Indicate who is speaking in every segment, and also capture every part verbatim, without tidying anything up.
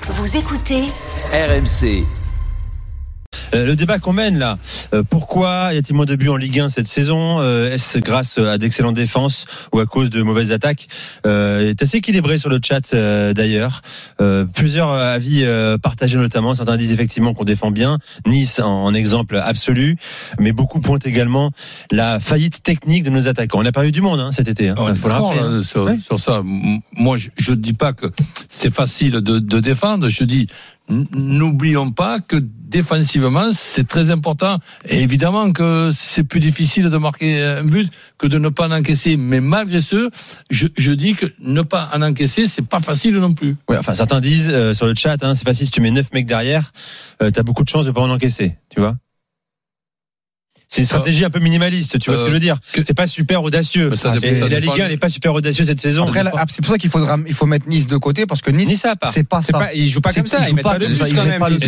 Speaker 1: Vous écoutez
Speaker 2: R M C.
Speaker 3: Euh, le débat qu'on mène là, euh, pourquoi y a-t-il moins de buts en Ligue un cette saison ? euh, Est-ce grâce à d'excellentes défenses ou à cause de mauvaises attaques ? euh, est assez équilibré sur le chat euh, d'ailleurs. Euh, plusieurs avis euh, partagés notamment. Certains disent effectivement qu'on défend bien, Nice en, en exemple absolu, mais beaucoup pointent également la faillite technique de nos attaquants. On a perdu du monde hein, cet été. Hein,
Speaker 4: oh,
Speaker 3: faut le rappeler,
Speaker 4: là,
Speaker 3: hein.
Speaker 4: sur,
Speaker 3: ouais.
Speaker 4: sur ça, moi je ne dis pas que c'est facile de, de défendre. Je dis n'oublions pas que défensivement c'est très important et évidemment que c'est plus difficile de marquer un but que de ne pas en encaisser, mais malgré ce je, je dis que ne pas en encaisser c'est pas facile non plus.
Speaker 3: Ouais, enfin certains disent euh, sur le chat hein, c'est facile si tu mets neuf mecs derrière euh, t'as beaucoup de chances de pas en encaisser, tu vois. C'est une stratégie un peu minimaliste, tu vois euh, ce que je veux dire. C'est pas super audacieux. Ça, et ça la Ligue un n'est pas super audacieux cette saison.
Speaker 5: Après, là, c'est pour ça qu'il faudra, il faut mettre Nice de côté parce que Nice,
Speaker 3: Nice ça part.
Speaker 5: c'est pas
Speaker 6: c'est
Speaker 5: ça.
Speaker 6: Pas, ils jouent pas
Speaker 5: c'est,
Speaker 6: comme ça. Ils, ils mettent pas, pas de but quand même.
Speaker 5: Pas le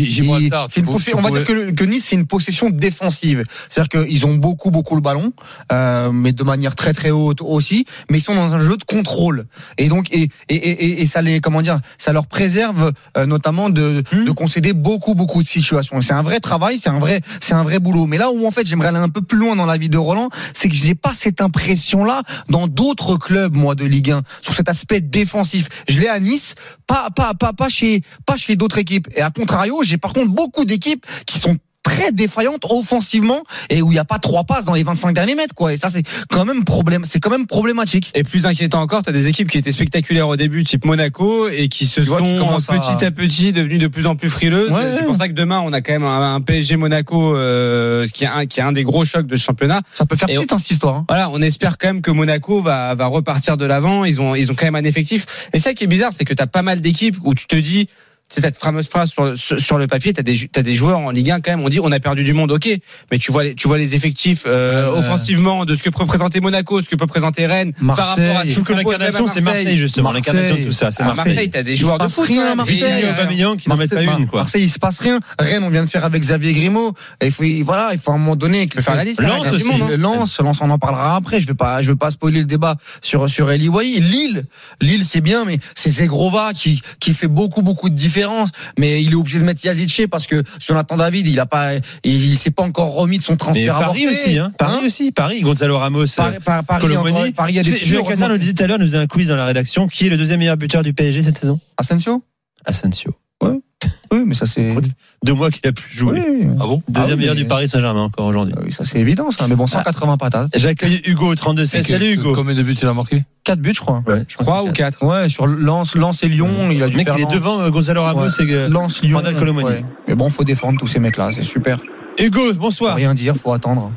Speaker 6: On
Speaker 5: va dire que, que Nice c'est une possession défensive. C'est-à-dire qu'ils ont beaucoup beaucoup le ballon, euh, mais de manière très très haute aussi. Mais ils sont dans un jeu de contrôle et donc et et et, et ça les comment dire, ça leur préserve euh, notamment de hmm. de concéder beaucoup beaucoup de situations. C'est un vrai travail, c'est un vrai c'est un vrai boulot. Mais là où en fait j'aimerais aller un peu plus loin dans la vie de Roland, c'est que j'ai pas cette impression-là dans d'autres clubs, moi, de Ligue un, sur cet aspect défensif. Je l'ai à Nice, pas, pas, pas, pas chez, pas chez d'autres équipes. Et à contrario, j'ai par contre beaucoup d'équipes qui sont très défaillante offensivement et où il n'y a pas trois passes dans les vingt-cinq derniers mètres quoi. Et ça c'est quand même problème, c'est quand même problématique.
Speaker 6: Et plus inquiétant encore, tu as des équipes qui étaient spectaculaires au début type Monaco et qui se tu sont vois, qui petit à... à petit devenues de plus en plus frileuses. Ouais, c'est ouais. pour ça que demain on a quand même un, un P S G Monaco euh, qui est un qui est un des gros chocs de ce championnat.
Speaker 5: Ça peut faire et vite
Speaker 6: on,
Speaker 5: hein, cette histoire. Hein.
Speaker 6: Voilà, on espère quand même que Monaco va va repartir de l'avant, ils ont ils ont quand même un effectif. Et ça qui est bizarre, c'est que tu as pas mal d'équipes où tu te dis c'est cette fameuse phrase sur, sur, sur le papier, t'as des, t'as des joueurs en Ligue un quand même, on dit on a perdu du monde, ok, mais tu vois les, tu vois les effectifs euh, euh, offensivement de ce que peut présenter Monaco, ce que peut présenter Rennes,
Speaker 5: Marseille.
Speaker 6: Par rapport à
Speaker 3: je trouve que l'incarnation c'est Marseille justement,
Speaker 5: Marseille.
Speaker 3: l'incarnation de tout ça, c'est Marseille.
Speaker 6: Marseille, t'as des joueurs de foot,
Speaker 5: rien à Marseille,
Speaker 3: Aubameyang qui n'en mettent pas une quoi.
Speaker 5: Marseille il se passe rien. Rennes on vient de faire avec Xavier Grimaud, et il faut voilà, il faut à un moment donné qu'il
Speaker 6: faut faire la liste.
Speaker 5: Lens aussi, Lens, Lens on en parlera après. Je vais pas, je vais pas spoiler le débat sur sur Eli Wahi. Lille, Lille c'est bien, mais c'est Zegrova qui qui fait beaucoup beaucoup de différence, mais il est obligé de mettre Yazice parce que Jonathan David, il a pas, il, il s'est pas encore remis de son transfert.
Speaker 3: Mais Paris aussi, hein. Paris hein aussi, Paris, Gonzalo Ramos,
Speaker 5: Paris, Paris, Paris, encore, Paris, il y a des
Speaker 3: Julien Cazard nous disait tout à l'heure, nous faisait un quiz dans la rédaction. Qui est le deuxième meilleur buteur du P S G cette saison ?
Speaker 5: Asensio.
Speaker 3: Asensio.
Speaker 5: Ouais. Oui, mais ça c'est
Speaker 3: deux mois qu'il a plus joué.
Speaker 5: Oui.
Speaker 4: Ah bon ?
Speaker 3: Deuxième
Speaker 5: ah oui,
Speaker 3: meilleur
Speaker 5: mais...
Speaker 3: du Paris Saint-Germain encore aujourd'hui.
Speaker 5: Oui, ça c'est évident ça. Mais bon, cent quatre-vingts patates.
Speaker 3: J'accueille Hugo au trente-deux seize. Salut Hugo.
Speaker 4: Combien de buts il a marqué ?
Speaker 5: quatre buts je crois.
Speaker 3: Ouais, je
Speaker 6: trois ou quatre.
Speaker 5: Ouais, sur Lens, Lens et Lyon, il a dû
Speaker 3: mec,
Speaker 5: faire.
Speaker 3: Il est devant euh, Gonzalo Ramos
Speaker 5: ouais.
Speaker 3: et
Speaker 5: Lens, Lyon,
Speaker 3: Colomoni.
Speaker 5: Ouais. Mais bon, faut défendre tous ces mecs-là, c'est super.
Speaker 3: Hugo, bonsoir.
Speaker 5: Faut rien dire, faut attendre.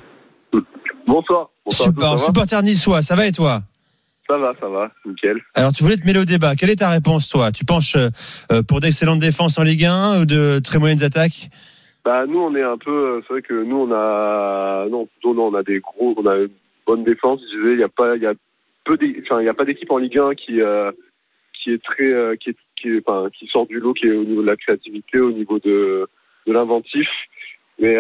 Speaker 7: Bonsoir. Bonsoir
Speaker 3: Super, supporter niçois, ça va et toi ?
Speaker 7: Ça va, ça va, nickel.
Speaker 3: Alors, tu voulais te mêler au débat. Quelle est ta réponse, toi ? Tu penches euh, pour d'excellentes défenses en Ligue un ou de très moyennes attaques ?
Speaker 7: Bah, nous, on est un peu. C'est vrai que nous, on a. Non, plutôt, non, on a des gros. On a une bonne défense. Je disais, il y a pas, il y a peu. Enfin, il y a pas d'équipe en Ligue un qui euh, qui est très, euh, qui est, qui est, enfin, qui sort du lot, qui est au niveau de la créativité, au niveau de de l'inventif. Mais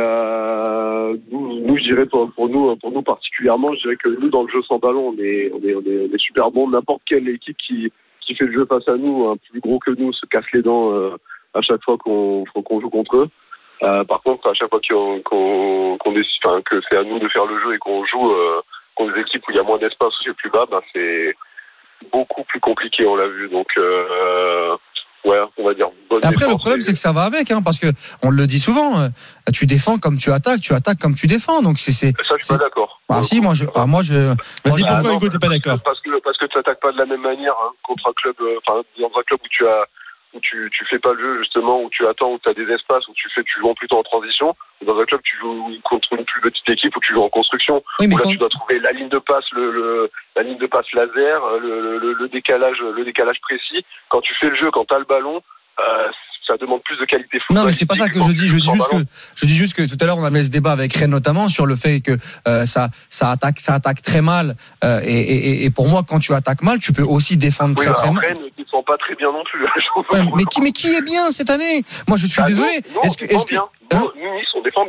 Speaker 7: euh, nous, nous, je dirais pour, pour nous, pour nous particulièrement, je dirais que nous, dans le jeu sans ballon, on est, on est, on est, on est super bon. N'importe quelle équipe qui, qui fait le jeu face à nous, un plus gros que nous, se casse les dents euh, à chaque fois qu'on, qu'on joue contre eux. Euh, par contre, à chaque fois qu'on, qu'on, qu'on décide, enfin, que c'est à nous de faire le jeu et qu'on joue euh, contre des équipes où il y a moins d'espace ou c'est plus bas, ben c'est beaucoup plus compliqué. On l'a vu. Donc euh, ouais, on va dire bonne
Speaker 5: Après,
Speaker 7: défense,
Speaker 5: le problème,
Speaker 7: et...
Speaker 5: c'est que ça va avec, hein, parce que on le dit souvent, euh, tu défends comme tu attaques, tu attaques comme tu défends. Donc c'est, c'est.
Speaker 7: Ça, je suis
Speaker 5: c'est...
Speaker 7: pas d'accord.
Speaker 5: Ah si, moi, je, ah, moi, je.
Speaker 3: Vas-y,
Speaker 5: moi,
Speaker 3: pourquoi
Speaker 7: ah,
Speaker 3: Hugo, t'es pas d'accord ?
Speaker 7: Parce que parce que tu attaques pas de la même manière hein, contre un club, enfin euh, dans un club où tu as où tu tu fais pas le jeu justement, où tu attends, où tu as des espaces, où tu fais tu joues plutôt en transition. Dans un club, tu joues contre une plus petite équipe où tu joues en construction.
Speaker 5: Oui, mais
Speaker 7: où là,
Speaker 5: quand...
Speaker 7: tu dois trouver la ligne de passe, le, le la ligne de passe laser, le, le, le décalage, le décalage précis. Quand tu fais le jeu, quand t'as le ballon. Euh, ça demande plus de qualité football.
Speaker 5: Non, mais c'est pas ça que je dis. Je dis juste que, je dis juste que tout à l'heure on avait ce débat avec Rennes notamment sur le fait que euh, ça, ça attaque, ça attaque très mal. Euh, et, et, et pour moi, quand tu attaques mal, tu peux aussi défendre
Speaker 7: oui,
Speaker 5: très très mal.
Speaker 7: Rennes ne défend pas très bien non plus.
Speaker 5: Ouais, mais qui, mais qui est bien cette année ? Moi, je suis
Speaker 7: bah,
Speaker 5: désolé.
Speaker 7: Non,
Speaker 5: est-ce que, est-ce que,
Speaker 7: bien.
Speaker 5: hein
Speaker 7: nous, Nice, on défend bien.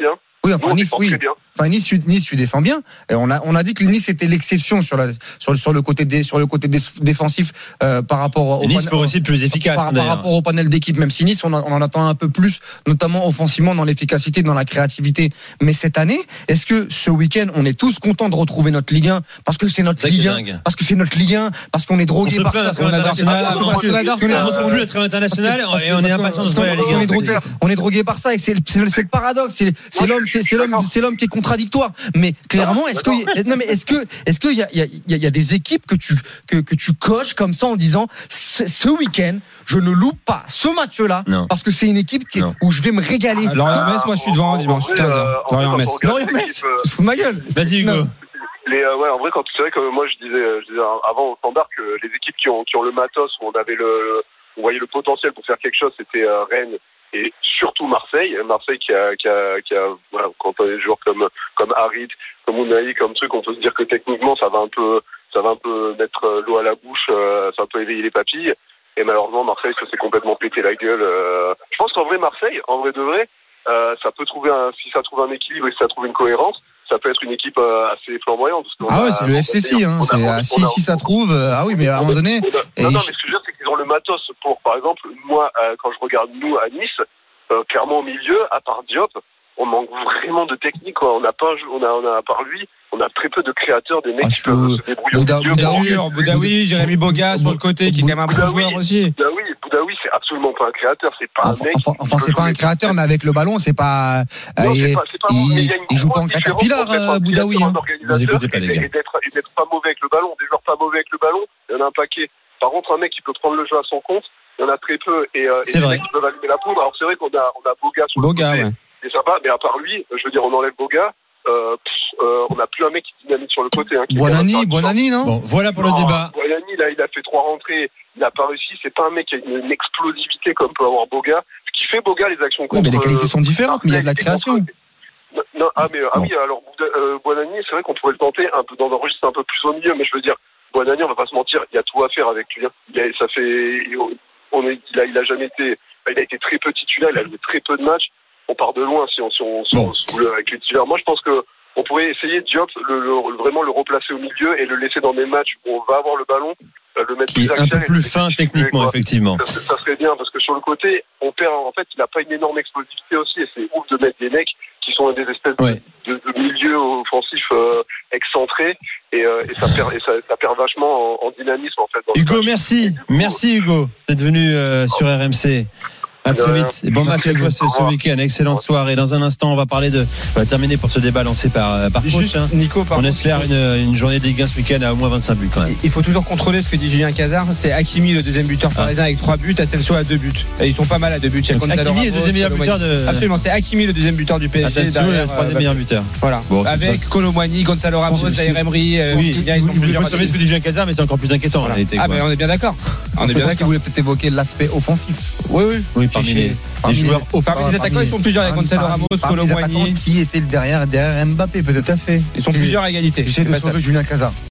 Speaker 5: Oui,
Speaker 7: Nous,
Speaker 5: enfin
Speaker 7: on
Speaker 5: Nice,
Speaker 7: défend
Speaker 5: oui.
Speaker 7: très bien.
Speaker 5: Enfin Nice, tu, Nice, tu défends bien. Et on a, on a dit que Nice était l'exception sur la, sur, sur le côté des, sur le côté des, défensif euh, par rapport au.
Speaker 3: Nice
Speaker 5: pan-
Speaker 3: peut aussi être plus efficace.
Speaker 5: Par, par
Speaker 3: d'ailleurs.
Speaker 5: rapport au panel d'équipe, même si Nice, on, a- on en attend un peu plus, notamment offensivement dans l'efficacité, dans la créativité. Mais cette année, est-ce que ce week-end, on est tous contents de retrouver notre Ligue un parce que c'est notre
Speaker 3: C'est ça qui
Speaker 5: Ligue
Speaker 3: est
Speaker 5: un,
Speaker 3: dingue.
Speaker 5: parce que c'est notre Ligue un, parce qu'on est
Speaker 3: On
Speaker 5: drogué
Speaker 3: se
Speaker 5: par
Speaker 3: plaint
Speaker 5: ça,
Speaker 3: d'être international,
Speaker 5: parce
Speaker 3: on
Speaker 5: que-
Speaker 6: on adore
Speaker 5: qu'on est
Speaker 6: ça.
Speaker 5: drogué-
Speaker 3: On plus être international et on est impatient de se voir la
Speaker 5: parce
Speaker 3: Ligue
Speaker 5: qu'on est
Speaker 3: un.
Speaker 5: drogué, on est drogué par ça et c'est le, c'est le, c'est le paradoxe, c'est, c'est l'homme, c'est, c'est l'homme, c'est l'homme qui est contradictoire. Mais clairement, est-ce que, non mais est-ce que, est-ce que il y a, il y a, il y a des équipes que tu, que, que tu coches comme ça en disant, ce, ce week-end, je ne loupe pas ce match-là
Speaker 3: Non.
Speaker 5: parce que c'est une équipe qui,
Speaker 3: Non.
Speaker 5: où je vais me régaler.
Speaker 6: Ah, Lorient-Metz, moi je suis devant dimanche
Speaker 7: En vrai,
Speaker 6: quinze
Speaker 7: euh,
Speaker 6: heures.
Speaker 7: en vrai,
Speaker 6: Lorient-Metz.
Speaker 7: quand on regarde
Speaker 5: Lorient
Speaker 7: les
Speaker 5: Metz,
Speaker 7: équipes, euh,
Speaker 5: tu te fous de ma gueule.
Speaker 3: Vas-y Hugo.
Speaker 5: Non.
Speaker 7: Les, euh, ouais, en vrai, quand c'est vrai que moi je disais, je disais avant au standard que les équipes qui ont, qui ont le matos, où on avait le, on voyait le potentiel pour faire quelque chose, c'était euh, Rennes et surtout Marseille. Marseille qui a, qui a, qui a, voilà, quand on a des joueurs comme, comme Harit, comme Unai, comme truc, on peut se dire que techniquement ça va un peu, ça va un peu mettre l'eau à la bouche, euh, ça va un peu éveiller les papilles. Et malheureusement, Marseille ça s'est complètement pété la gueule. Euh. Je pense qu'en vrai, Marseille, en vrai de vrai, euh, ça peut trouver un, si ça trouve un équilibre et si ça trouve une cohérence, ça peut être une équipe euh, assez flamboyante. Parce qu'on
Speaker 5: Ah
Speaker 7: a-
Speaker 5: ouais, c'est le
Speaker 7: on a-
Speaker 5: F C C, hein.
Speaker 7: on a-
Speaker 5: C'est,
Speaker 7: on a-
Speaker 5: ah, si,
Speaker 7: on a-
Speaker 5: si ça trouve, euh, ah oui, mais à un moment donné,
Speaker 7: on a-
Speaker 5: et
Speaker 7: non, non,
Speaker 5: je-
Speaker 7: mais ce que je veux dire, c'est qu'ils ont le matos pour, par exemple, moi, euh, quand je regarde nous à Nice, euh, clairement au milieu, à part Diop, on manque vraiment de technique, quoi. On n'a pas, un jeu- on a, on a, à part lui, on a très peu de créateurs, des mecs
Speaker 5: Ah,
Speaker 7: qui
Speaker 5: je
Speaker 7: peuvent
Speaker 5: peux-
Speaker 7: se débrouiller
Speaker 5: Bouda-
Speaker 7: au milieu.
Speaker 5: Bouda-
Speaker 7: Bon,
Speaker 5: Boudaoui,
Speaker 6: Sûr, Boudaoui, Jérémy Boga sur le côté qui est quand même un bon
Speaker 7: Boudaoui.
Speaker 6: joueur aussi.
Speaker 7: Boudaoui, Boudaoui, c'est absolument pas un créateur, c'est pas
Speaker 5: Enfin,
Speaker 7: un mec.
Speaker 5: enfin,
Speaker 7: qui
Speaker 5: enfin,
Speaker 7: peut
Speaker 5: c'est pas un
Speaker 7: jouer.
Speaker 5: créateur, mais avec le ballon, c'est pas.
Speaker 7: Non,
Speaker 5: euh,
Speaker 7: c'est
Speaker 5: il,
Speaker 7: pas- c'est pas bon, mais
Speaker 5: il-
Speaker 7: il y a une
Speaker 5: il joue pas en
Speaker 7: grosse différence
Speaker 5: caterpillar,
Speaker 7: entre être un
Speaker 5: euh, Boudaoui.
Speaker 7: directeur,
Speaker 5: Hein.
Speaker 7: un organisateur,
Speaker 3: Vous écoutez pas, les
Speaker 7: et-
Speaker 3: gars.
Speaker 7: Et d'être, et d'être pas mauvais avec le ballon. Des joueurs pas mauvais avec le ballon, il y en a un paquet. Par contre, un mec qui peut prendre le jeu à son compte, il y en a très peu. Et, euh, et
Speaker 3: C'est
Speaker 7: des
Speaker 3: vrai.
Speaker 7: mecs qui peuvent allumer la poudre. Alors c'est vrai qu'on a, on a Boga sur le
Speaker 6: Boga,
Speaker 7: côté.
Speaker 6: ouais.
Speaker 7: Et ça va, mais à part lui, je veux dire, on enlève Boga, euh, pff, euh, on n'a plus un mec qui dynamite sur le côté. Hein, qui est
Speaker 5: Buonani,
Speaker 7: capable de faire
Speaker 5: Buonani, non?
Speaker 3: Bon, voilà pour le
Speaker 7: Non,
Speaker 3: débat.
Speaker 7: Buonani, là, il a fait trois rentrées, il n'a pas réussi. C'est pas un mec qui a une, une explosivité comme peut avoir Boga. Ce qui fait Boga, les actions
Speaker 5: Oui,
Speaker 7: contre.
Speaker 5: mais les qualités sont différentes, mais il y a de la
Speaker 7: Marseille,
Speaker 5: création.
Speaker 7: Non, non, ah, mais, ah
Speaker 5: Bon.
Speaker 7: oui, alors, Bouda- euh, Buonani, c'est vrai qu'on pourrait le tenter un peu dans un registre un peu plus au milieu, mais je veux dire, Buonani, on va pas se mentir, il y a tout à faire avec lui. Hein. Il a, ça fait, on est, il a, il a jamais été, il a été très peu titulaire, il a joué très peu de matchs. On part de loin si on, si on, si
Speaker 3: Bon.
Speaker 7: on se fout le- avec les titulaires. Moi, je pense que on pourrait essayer Diop, le, le, vraiment le replacer au milieu et le laisser dans des matchs où on va avoir le ballon, euh, le mettre
Speaker 3: Qui est un
Speaker 7: axial
Speaker 3: peu
Speaker 7: et
Speaker 3: plus
Speaker 7: le
Speaker 3: fin
Speaker 7: laisser circuler,
Speaker 3: techniquement,
Speaker 7: quoi.
Speaker 3: effectivement.
Speaker 7: Ça, ça serait bien parce que sur le côté, on perd. En fait, il n'a pas une énorme explosivité aussi et c'est ouf de mettre des mecs qui sont des espèces
Speaker 3: Ouais.
Speaker 7: de, de milieux offensifs euh, excentrés et, euh, et ça perd et ça, ça perd vachement en, en dynamisme en fait. dans le
Speaker 3: Hugo,
Speaker 7: match.
Speaker 3: merci.
Speaker 7: Et du coup,
Speaker 3: Merci Hugo d'être venu euh, sur R M C. À
Speaker 7: De
Speaker 3: très
Speaker 7: rien.
Speaker 3: vite. Et bon match avec toi ce, ce week-end. Excellente soirée. Dans un instant, on va parler de. On va terminer pour ce débat lancé par, euh, par coach.
Speaker 6: Juste,
Speaker 3: hein.
Speaker 6: Nico, par
Speaker 3: On
Speaker 6: contre,
Speaker 3: espère une, une journée de Ligue un ce week-end à au moins vingt-cinq buts quand même.
Speaker 6: il faut toujours contrôler ce que dit Julien Cazard. C'est Hakimi le deuxième buteur parisien avec trois buts, Asensio à deux buts. Et ils sont pas mal à deux buts. Il y a
Speaker 3: Donc,
Speaker 6: Gonzalo
Speaker 3: Hakimi est
Speaker 6: Ramos,
Speaker 3: deuxième meilleur
Speaker 6: Kolo
Speaker 3: buteur
Speaker 6: Muani.
Speaker 3: de.
Speaker 6: Absolument, c'est Hakimi le deuxième buteur du P S G.
Speaker 3: Asensio est le
Speaker 6: derrière,
Speaker 3: troisième
Speaker 6: euh,
Speaker 3: meilleur buteur.
Speaker 6: Voilà.
Speaker 3: Bon, c'est
Speaker 6: Avec Kolo Muani, Gonzalo Ramos,
Speaker 3: Bon, c'est-
Speaker 6: Zaire Emery. euh,
Speaker 3: Oui,
Speaker 6: Kylian, ils sont
Speaker 3: il
Speaker 6: plusieurs
Speaker 3: faut
Speaker 6: à
Speaker 3: surveiller ce que dit Julien Cazard, mais c'est encore plus inquiétant en
Speaker 6: Voilà.
Speaker 3: réalité.
Speaker 6: Ah,
Speaker 3: quoi.
Speaker 6: mais on est bien d'accord. On est
Speaker 5: Je
Speaker 6: bien
Speaker 5: pense qu'il
Speaker 6: d'accord.
Speaker 5: voulait peut-être évoquer l'aspect offensif.
Speaker 6: Oui, oui.
Speaker 3: Oui, parmi
Speaker 5: Chez-
Speaker 3: les, les
Speaker 5: parmi
Speaker 3: joueurs
Speaker 5: les-
Speaker 6: Parmi les attaquants, ils sont plusieurs. Il y a
Speaker 5: Parmi-
Speaker 6: Gonzalo
Speaker 5: parmi-
Speaker 6: Ramos,
Speaker 5: parmi
Speaker 6: Kolo
Speaker 5: les attaquants
Speaker 6: Muani.
Speaker 5: qui était derrière, derrière Mbappé, peut-être.
Speaker 6: Ils sont plusieurs à égalité.
Speaker 5: J'essaie
Speaker 6: C'est
Speaker 5: de
Speaker 6: pas ça.
Speaker 5: sauver Julien Cazard.